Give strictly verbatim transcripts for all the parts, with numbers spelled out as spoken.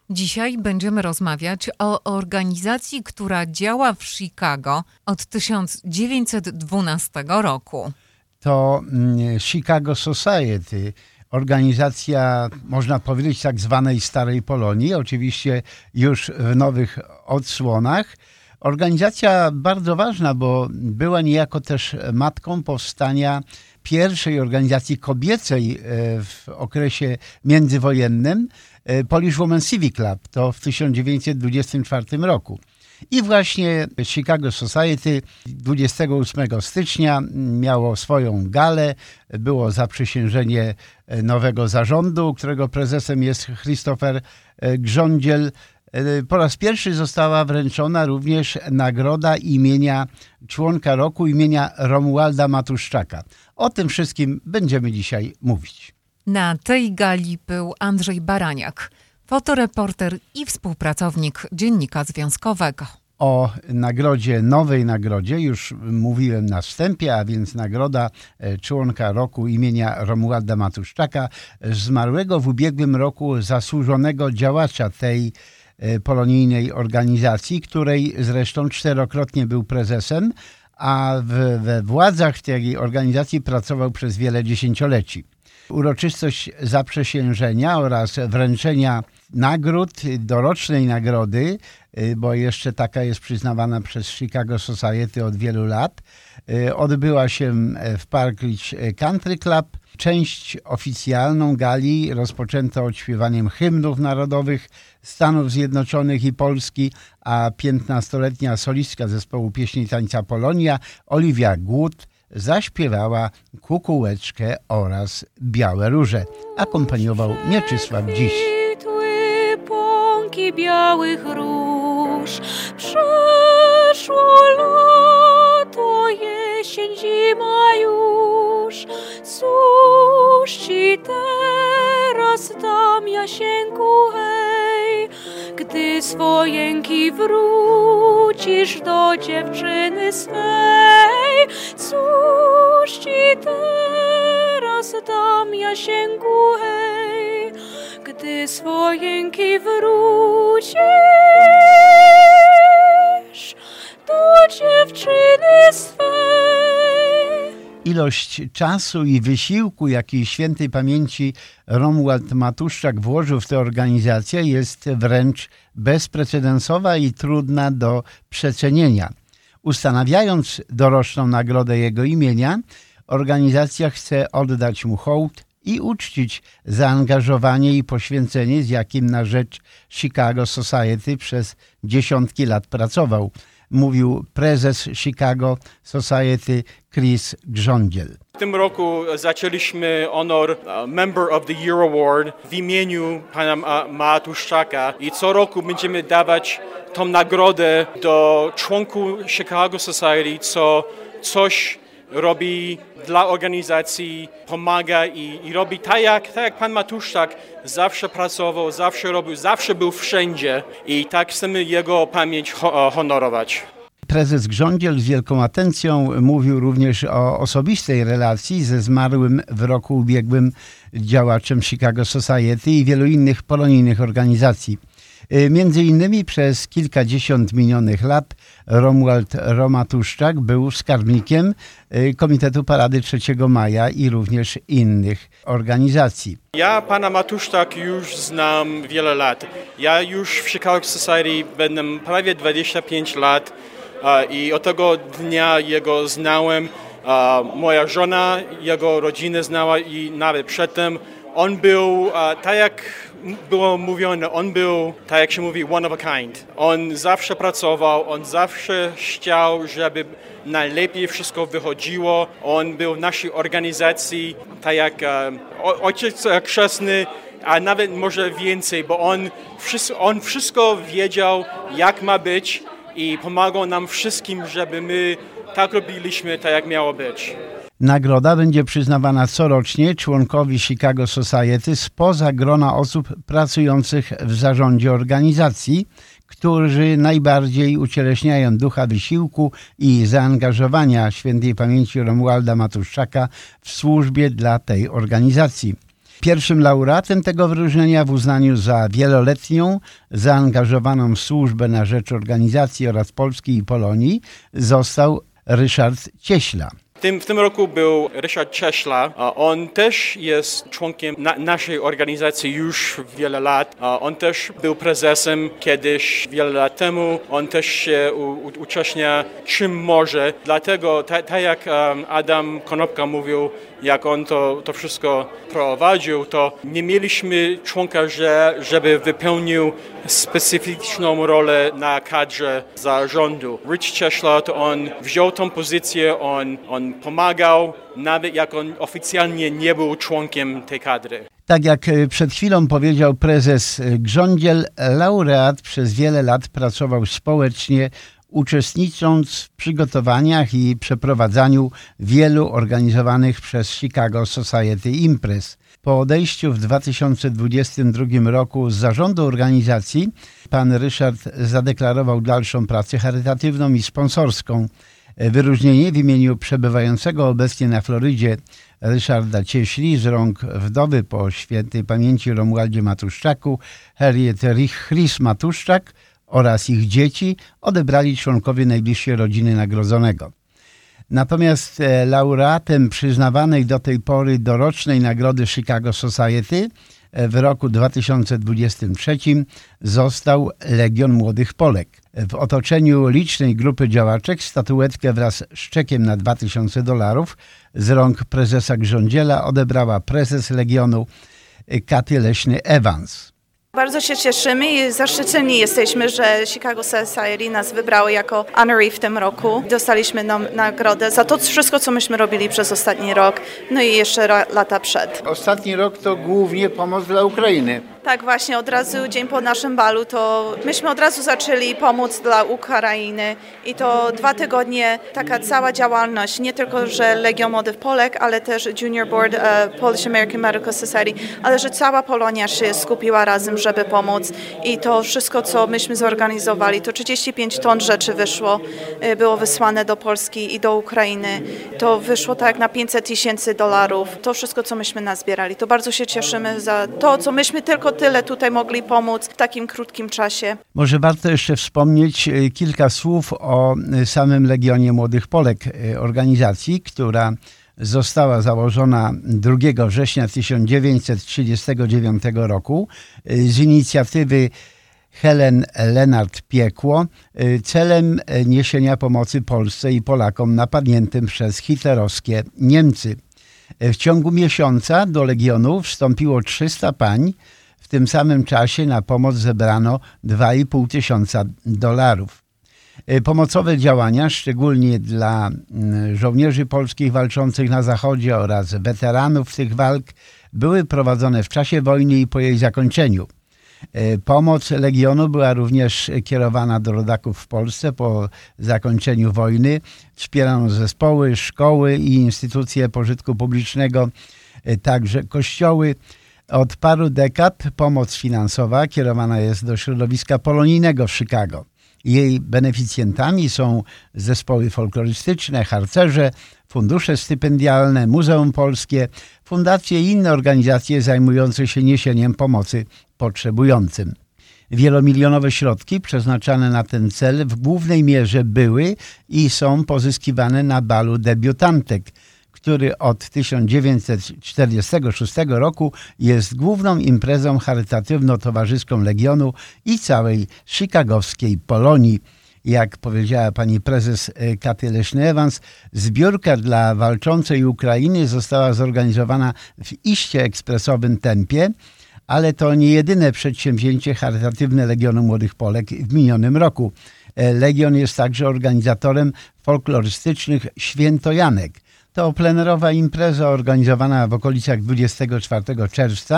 Dzisiaj będziemy rozmawiać o organizacji, która działa w Chicago od tysiąc dziewięćset dwunastego roku. To Chicago Society, organizacja, można powiedzieć, tak zwanej Starej Polonii, oczywiście już w nowych odsłonach. Organizacja bardzo ważna, bo była niejako też matką powstania pierwszej organizacji kobiecej w okresie międzywojennym, Polish Women Civic Club, to w tysiąc dziewięćset dwudziestym czwartym roku. I właśnie Chicago Society dwudziestego ósmego stycznia miało swoją galę, było zaprzysiężenie nowego zarządu, którego prezesem jest Christopher Grządziel. Po raz pierwszy została wręczona również nagroda imienia członka roku, imienia Romualda Matuszczaka. O tym wszystkim będziemy dzisiaj mówić. Na tej gali był Andrzej Baraniak, fotoreporter i współpracownik Dziennika Związkowego. O nagrodzie, nowej nagrodzie już mówiłem na wstępie, a więc nagroda członka roku imienia Romualda Matuszczaka, zmarłego w ubiegłym roku zasłużonego działacza tej polonijnej organizacji, której zresztą czterokrotnie był prezesem, a w, we władzach tej organizacji pracował przez wiele dziesięcioleci. Uroczystość zaprzysiężenia oraz wręczenia nagród, dorocznej nagrody, bo jeszcze taka jest przyznawana przez Chicago Society od wielu lat, odbyła się w Park Ridge Country Club. Część oficjalną gali rozpoczęto odśpiewaniem hymnów narodowych Stanów Zjednoczonych i Polski, a piętnastoletnia solistka zespołu pieśni i tańca Polonia, Oliwia Głód, zaśpiewała Kukułeczkę oraz Białe róże. Akompaniował Mieczysław Dziś. Pąki białych róż, przeszło lato, jesień, zima już. Cóż ci teraz dam, Jasieńku, hej, gdy swojenki wrócisz do dziewczyny swej. Cóż ci teraz dam, Jasieńku, hej, gdy swojenki wrócisz do dziewczyny swej. Ilość czasu i wysiłku, jaki świętej pamięci Romuald Matuszczak włożył w tę organizację, jest wręcz bezprecedensowa i trudna do przecenienia. Ustanawiając doroczną nagrodę jego imienia, organizacja chce oddać mu hołd i uczcić zaangażowanie i poświęcenie, z jakim na rzecz Chicago Society przez dziesiątki lat pracował, mówił prezes Chicago Society Chris Grządziel. W tym roku zaczęliśmy honor Member of the Year Award w imieniu pana Matuszczaka i co roku będziemy dawać tą nagrodę do członków Chicago Society, co coś robi dla organizacji, pomaga i, i robi tak jak, tak jak pan Matuszczak zawsze pracował, zawsze robił, zawsze był wszędzie i tak chcemy jego pamięć ho- honorować. Prezes Grządziel z wielką atencją mówił również o osobistej relacji ze zmarłym w roku ubiegłym działaczem Chicago Society i wielu innych polonijnych organizacji. Między innymi przez kilkadziesiąt minionych lat Romuald Matuszczak był skarbnikiem Komitetu Parady trzeciego maja i również innych organizacji. Ja pana Matuszczak już znam wiele lat. Ja już w Chicago Society będę prawie dwadzieścia pięć lat i od tego dnia jego znałem. Moja żona, jego rodzinę znała i nawet przedtem. On był, tak jak było mówione, on był, tak jak się mówi, one of a kind. On zawsze pracował, on zawsze chciał, żeby najlepiej wszystko wychodziło. On był w naszej organizacji, tak jak ojciec chrzestny, a nawet może więcej, bo on wszystko, on wszystko wiedział, jak ma być i pomagał nam wszystkim, żeby my tak robiliśmy, tak jak miało być. Nagroda będzie przyznawana corocznie członkowi Chicago Society spoza grona osób pracujących w zarządzie organizacji, którzy najbardziej ucieleśniają ducha wysiłku i zaangażowania świętej pamięci Romualda Matuszczaka w służbie dla tej organizacji. Pierwszym laureatem tego wyróżnienia w uznaniu za wieloletnią, zaangażowaną w służbę na rzecz organizacji oraz Polski i Polonii został Ryszard Cieśla. W tym, w tym roku był Ryszard Cieśla. On też jest członkiem na, naszej organizacji już wiele lat. On też był prezesem kiedyś, wiele lat temu. On też się u, u, uczestnia czym może. Dlatego, tak ta jak Adam Konopka mówił, jak on to, to wszystko prowadził, to nie mieliśmy członka, że, żeby wypełnił specyficzną rolę na kadrze zarządu. Rich Cieśla, to on wziął tą pozycję, on, on pomagał, nawet jak on oficjalnie nie był członkiem tej kadry. Tak jak przed chwilą powiedział prezes Grządziel, laureat przez wiele lat pracował społecznie, uczestnicząc w przygotowaniach i przeprowadzaniu wielu organizowanych przez Chicago Society imprez. Po odejściu w dwa tysiące dwudziestym drugim roku z zarządu organizacji, pan Ryszard zadeklarował dalszą pracę charytatywną i sponsorską. Wyróżnienie w imieniu przebywającego obecnie na Florydzie Ryszarda Cieśli z rąk wdowy po świętej pamięci Romualdzie Matuszczaku, Harriet Rich Matuszczak oraz ich dzieci odebrali członkowie najbliższej rodziny nagrodzonego. Natomiast laureatem przyznawanej do tej pory dorocznej nagrody Chicago Society w roku dwa tysiące dwudziestym trzecim został Legion Młodych Polek. W otoczeniu licznej grupy działaczek statuetkę wraz z czekiem na dwa tysiące dolarów z rąk prezesa Grządziela odebrała prezes Legionu Katy Leśny-Evans. Bardzo się cieszymy i zaszczyceni jesteśmy, że Chicago Society nas wybrało jako honoree w tym roku. Dostaliśmy nam nagrodę za to wszystko, co myśmy robili przez ostatni rok, no i jeszcze lata przed. Ostatni rok to głównie pomoc dla Ukrainy. Tak, właśnie od razu dzień po naszym balu to myśmy od razu zaczęli pomóc dla Ukrainy i to dwa tygodnie taka cała działalność, nie tylko, że Legion Młodych Polek, ale też Junior Board uh, Polish American Medical Society, ale że cała Polonia się skupiła razem, żeby pomóc i to wszystko, co myśmy zorganizowali, to trzydzieści pięć ton rzeczy wyszło, było wysłane do Polski i do Ukrainy. To wyszło tak na pięćset tysięcy dolarów. To wszystko, co myśmy nazbierali. To bardzo się cieszymy za to, co myśmy tylko tyle tutaj mogli pomóc w takim krótkim czasie. Może warto jeszcze wspomnieć kilka słów o samym Legionie Młodych Polek, organizacji, która została założona drugiego września tysiąc dziewięćset trzydziestego dziewiątego roku z inicjatywy Helen Lenart Piekło celem niesienia pomocy Polsce i Polakom napadniętym przez hitlerowskie Niemcy. W ciągu miesiąca do Legionu wstąpiło trzysta pań. W tym samym czasie na pomoc zebrano dwa i pół tysiąca dolarów. Pomocowe działania, szczególnie dla żołnierzy polskich walczących na Zachodzie oraz weteranów tych walk, były prowadzone w czasie wojny i po jej zakończeniu. Pomoc Legionu była również kierowana do rodaków w Polsce po zakończeniu wojny. Wspierano zespoły, szkoły i instytucje pożytku publicznego, także kościoły. Od paru dekad pomoc finansowa kierowana jest do środowiska polonijnego w Chicago. Jej beneficjentami są zespoły folklorystyczne, harcerze, fundusze stypendialne, Muzeum Polskie, fundacje i inne organizacje zajmujące się niesieniem pomocy potrzebującym. Wielomilionowe środki przeznaczane na ten cel w głównej mierze były i są pozyskiwane na balu debiutantek, który od tysiąc dziewięćset czterdziestego szóstego roku jest główną imprezą charytatywno-towarzyską Legionu i całej chicagowskiej Polonii. Jak powiedziała pani prezes Katy Leśny-Evans, zbiórka dla walczącej Ukrainy została zorganizowana w iście ekspresowym tempie, ale to nie jedyne przedsięwzięcie charytatywne Legionu Młodych Polek w minionym roku. Legion jest także organizatorem folklorystycznych świętojanek. To plenerowa impreza organizowana w okolicach dwudziestego czwartego czerwca,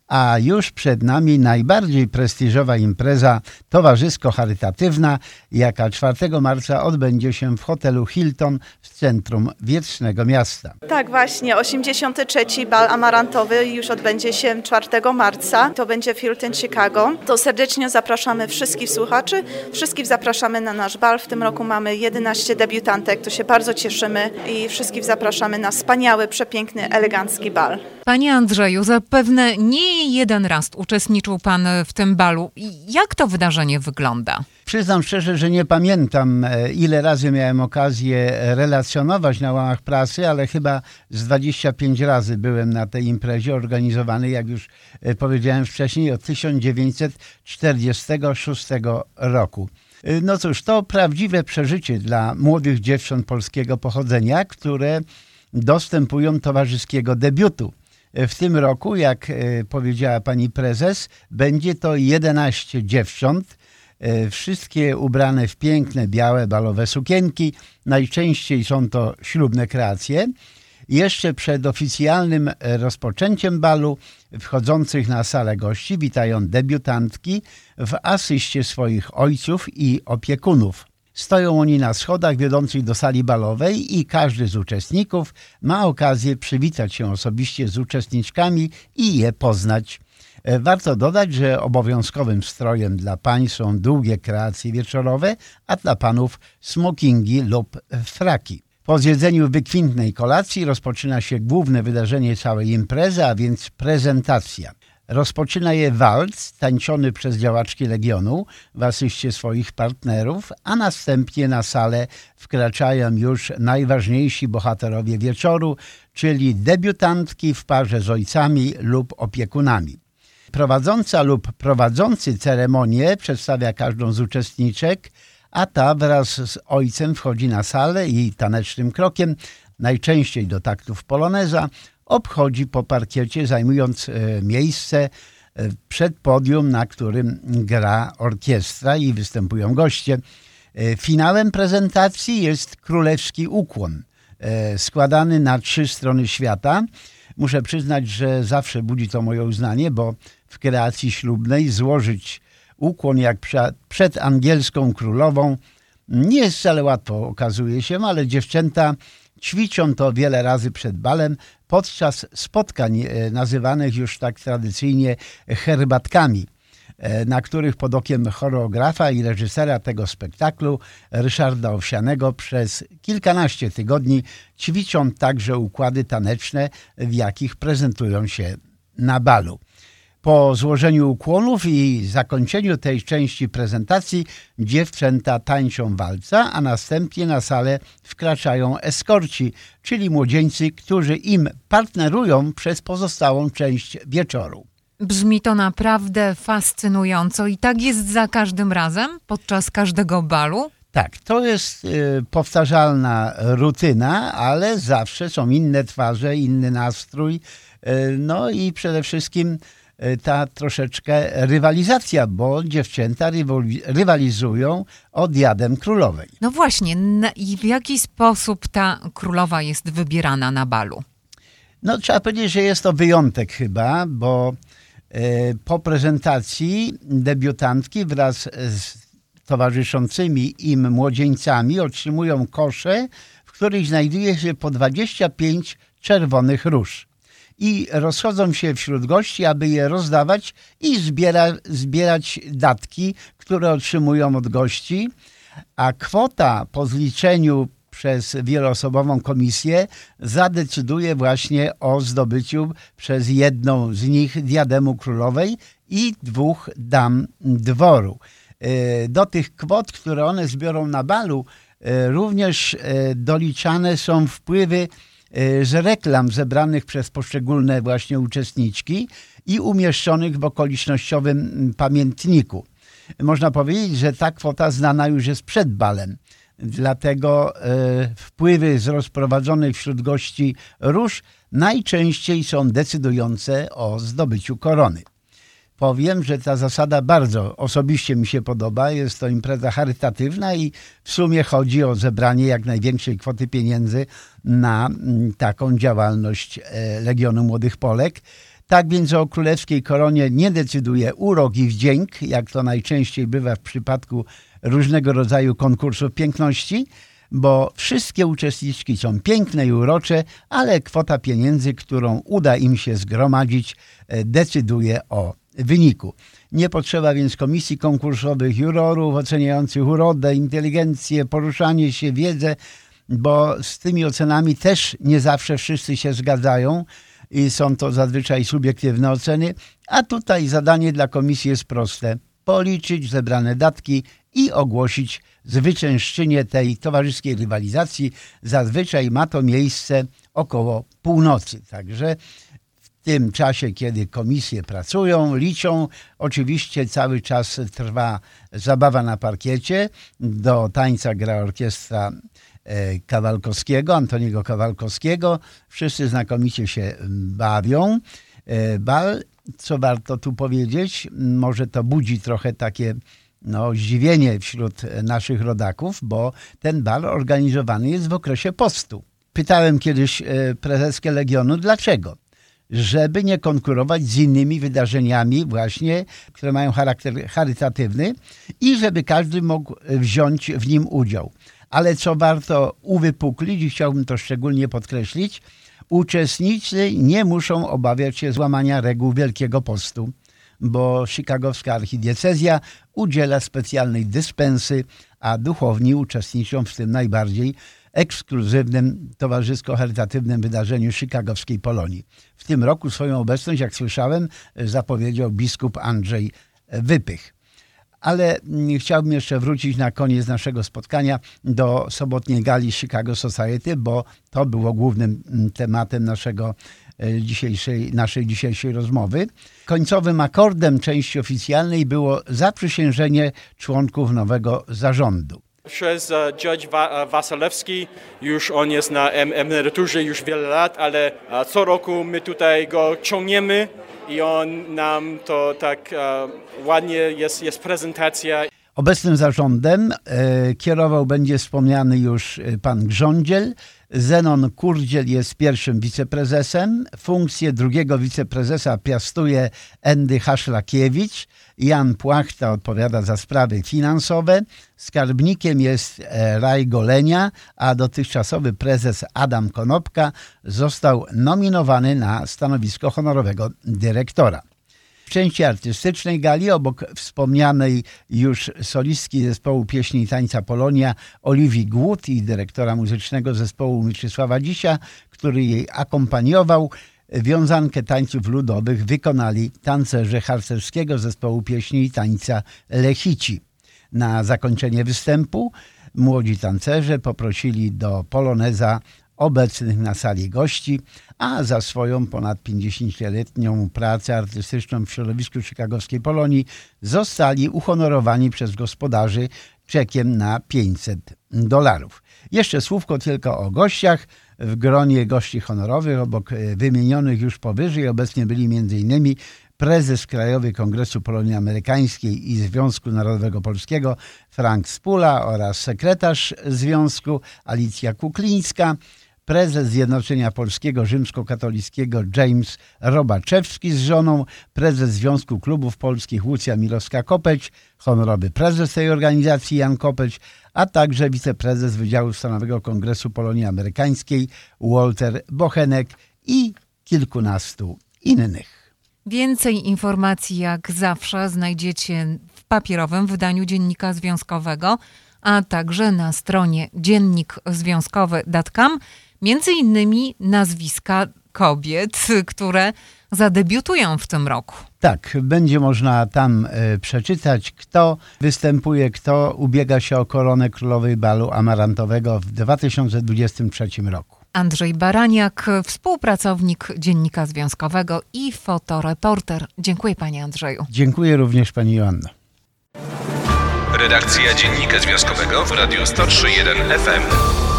a już przed nami najbardziej prestiżowa impreza towarzysko-charytatywna, jaka czwartego marca odbędzie się w hotelu Hilton w centrum wiecznego miasta. Tak, właśnie. osiemdziesiąty trzeci bal amarantowy już odbędzie się czwartego marca. To będzie w Hilton Chicago. To serdecznie zapraszamy wszystkich słuchaczy. Wszystkich zapraszamy na nasz bal. W tym roku mamy jedenaście debiutantek, to się bardzo cieszymy i wszystkich zapraszamy na wspaniały, przepiękny, elegancki bal. Panie Andrzeju, zapewne nie jeden raz uczestniczył Pan w tym balu. Jak to wydarzenie wygląda? Przyznam szczerze, że nie pamiętam, ile razy miałem okazję relacjonować na łamach prasy, ale chyba z dwadzieścia pięć razy byłem na tej imprezie organizowanej, jak już powiedziałem wcześniej, od tysiąc dziewięćset czterdziestego szóstego roku. No cóż, to prawdziwe przeżycie dla młodych dziewcząt polskiego pochodzenia, które dostępują towarzyskiego debiutu. W tym roku, jak powiedziała pani prezes, będzie to jedenaście dziewcząt, wszystkie ubrane w piękne, białe, balowe sukienki. Najczęściej są to ślubne kreacje. Jeszcze przed oficjalnym rozpoczęciem balu wchodzących na salę gości witają debiutantki w asyście swoich ojców i opiekunów. Stoją oni na schodach wiodących do sali balowej i każdy z uczestników ma okazję przywitać się osobiście z uczestniczkami i je poznać. Warto dodać, że obowiązkowym strojem dla pań są długie kreacje wieczorowe, a dla panów smokingi lub fraki. Po zjedzeniu wykwintnej kolacji rozpoczyna się główne wydarzenie całej imprezy, a więc prezentacja. Rozpoczyna je walc tańczony przez działaczki Legionu w asyście swoich partnerów, a następnie na salę wkraczają już najważniejsi bohaterowie wieczoru, czyli debiutantki w parze z ojcami lub opiekunami. Prowadząca lub prowadzący ceremonię przedstawia każdą z uczestniczek, a ta wraz z ojcem wchodzi na salę i tanecznym krokiem, najczęściej do taktów poloneza, obchodzi po parkiecie, zajmując miejsce przed podium, na którym gra orkiestra i występują goście. Finałem prezentacji jest królewski ukłon, składany na trzy strony świata. Muszę przyznać, że zawsze budzi to moje uznanie, bo w kreacji ślubnej złożyć ukłon jak przed angielską królową nie jest wcale łatwo, okazuje się, ale dziewczęta ćwiczą to wiele razy przed balem podczas spotkań nazywanych już tak tradycyjnie herbatkami, na których pod okiem choreografa i reżysera tego spektaklu Ryszarda Owsianego przez kilkanaście tygodni ćwiczą także układy taneczne, w jakich prezentują się na balu. Po złożeniu ukłonów i zakończeniu tej części prezentacji dziewczęta tańczą walca, a następnie na salę wkraczają eskorci, czyli młodzieńcy, którzy im partnerują przez pozostałą część wieczoru. Brzmi to naprawdę fascynująco i tak jest za każdym razem, podczas każdego balu? Tak, to jest y, powtarzalna rutyna, ale zawsze są inne twarze, inny nastrój, y, no i przede wszystkim ta troszeczkę rywalizacja, bo dziewczęta rywalizują o diadem królowej. No właśnie, i w jaki sposób ta królowa jest wybierana na balu? No trzeba powiedzieć, że jest to wyjątek chyba, bo y, po prezentacji debiutantki wraz z towarzyszącymi im młodzieńcami otrzymują kosze, w których znajduje się po dwadzieścia pięć czerwonych róż. I rozchodzą się wśród gości, aby je rozdawać i zbiera, zbierać datki, które otrzymują od gości, a kwota po zliczeniu przez wieloosobową komisję zadecyduje właśnie o zdobyciu przez jedną z nich diademu królowej i dwóch dam dworu. Do tych kwot, które one zbiorą na balu, również doliczane są wpływy z reklam zebranych przez poszczególne właśnie uczestniczki i umieszczonych w okolicznościowym pamiętniku. Można powiedzieć, że ta kwota znana już jest przed balem. Dlatego e, wpływy z rozprowadzonych wśród gości róż najczęściej są decydujące o zdobyciu korony. Powiem, że ta zasada bardzo osobiście mi się podoba. Jest to impreza charytatywna i w sumie chodzi o zebranie jak największej kwoty pieniędzy na taką działalność Legionu Młodych Polek. Tak więc o królewskiej koronie nie decyduje urok i wdzięk, jak to najczęściej bywa w przypadku różnego rodzaju konkursów piękności, bo wszystkie uczestniczki są piękne i urocze, ale kwota pieniędzy, którą uda im się zgromadzić, decyduje o wyniku. Nie potrzeba więc komisji konkursowych, jurorów oceniających urodę, inteligencję, poruszanie się, wiedzę, bo z tymi ocenami też nie zawsze wszyscy się zgadzają i są to zazwyczaj subiektywne oceny, a tutaj zadanie dla komisji jest proste. Policzyć zebrane datki i ogłosić zwyciężczynię tej towarzyskiej rywalizacji. Zazwyczaj ma to miejsce około północy. Także w tym czasie, kiedy komisje pracują, liczą, oczywiście cały czas trwa zabawa na parkiecie. Do tańca gra orkiestra Kawalkowskiego, Antoniego Kawalkowskiego. Wszyscy znakomicie się bawią. Bal, co warto tu powiedzieć, może to budzi trochę takie no, zdziwienie wśród naszych rodaków, bo ten bal organizowany jest w okresie postu. Pytałem kiedyś prezeskę Legionu, dlaczego? Żeby nie konkurować z innymi wydarzeniami właśnie, które mają charakter charytatywny i żeby każdy mógł wziąć w nim udział. Ale co warto uwypuklić i chciałbym to szczególnie podkreślić, uczestnicy nie muszą obawiać się złamania reguł Wielkiego Postu, bo chicagowska archidiecezja udziela specjalnej dyspensy, a duchowni uczestniczą w tym najbardziej ekskluzywnym towarzysko-charytatywnym wydarzeniu chicagowskiej Polonii. W tym roku swoją obecność, jak słyszałem, zapowiedział biskup Andrzej Wypych. Ale chciałbym jeszcze wrócić na koniec naszego spotkania do sobotniej gali Chicago Society, bo to było głównym tematem naszego dzisiejszej, naszej dzisiejszej rozmowy. Końcowym akordem części oficjalnej było zaprzysiężenie członków nowego zarządu. Przez uh, Judge Wa- Wasilewski, już on jest na em- emeryturze już wiele lat, ale uh, co roku my tutaj go ciągniemy i on nam to tak uh, ładnie jest, jest prezentacja. Obecnym zarządem e, kierował będzie wspomniany już pan Grządziel. Zenon Kurdziel jest pierwszym wiceprezesem. Funkcję drugiego wiceprezesa piastuje Endy Haszlakiewicz. Jan Płachta odpowiada za sprawy finansowe. Skarbnikiem jest Raj Golenia, a dotychczasowy prezes Adam Konopka został nominowany na stanowisko honorowego dyrektora. W części artystycznej gali obok wspomnianej już solistki zespołu pieśni i tańca Polonia Oliwii Głód i dyrektora muzycznego zespołu Mieczysława Dzisia, który jej akompaniował, wiązankę tańców ludowych wykonali tancerze harcerskiego zespołu pieśni i tańca Lechici. Na zakończenie występu młodzi tancerze poprosili do poloneza obecnych na sali gości, a za swoją ponad pięćdziesięcioletnią pracę artystyczną w środowisku chicagowskiej Polonii zostali uhonorowani przez gospodarzy czekiem na pięćset dolarów. Jeszcze słówko tylko o gościach. W gronie gości honorowych obok wymienionych już powyżej obecnie byli między innymi prezes Krajowy Kongresu Polonii Amerykańskiej i Związku Narodowego Polskiego Frank Spula oraz sekretarz Związku Alicja Kuklińska, prezes Zjednoczenia Polskiego Rzymskokatolickiego James Robaczewski z żoną, prezes Związku Klubów Polskich Łucja Milowska-Kopeć, honorowy prezes tej organizacji Jan Kopeć, a także wiceprezes Wydziału Stanowego Kongresu Polonii Amerykańskiej Walter Bochenek i kilkunastu innych. Więcej informacji jak zawsze znajdziecie w papierowym wydaniu Dziennika Związkowego, a także na stronie dziennik związkowy kropka com, między innymi nazwiska kobiet, które zadebiutują w tym roku. Tak, będzie można tam y, przeczytać, kto występuje, kto ubiega się o koronę Królowej Balu Amarantowego w dwa tysiące dwudziestym trzecim roku. Andrzej Baraniak, współpracownik Dziennika Związkowego i fotoreporter. Dziękuję panie Andrzeju. Dziękuję również pani Joanno. Redakcja Dziennika Związkowego w Radiu sto trzy jeden F M.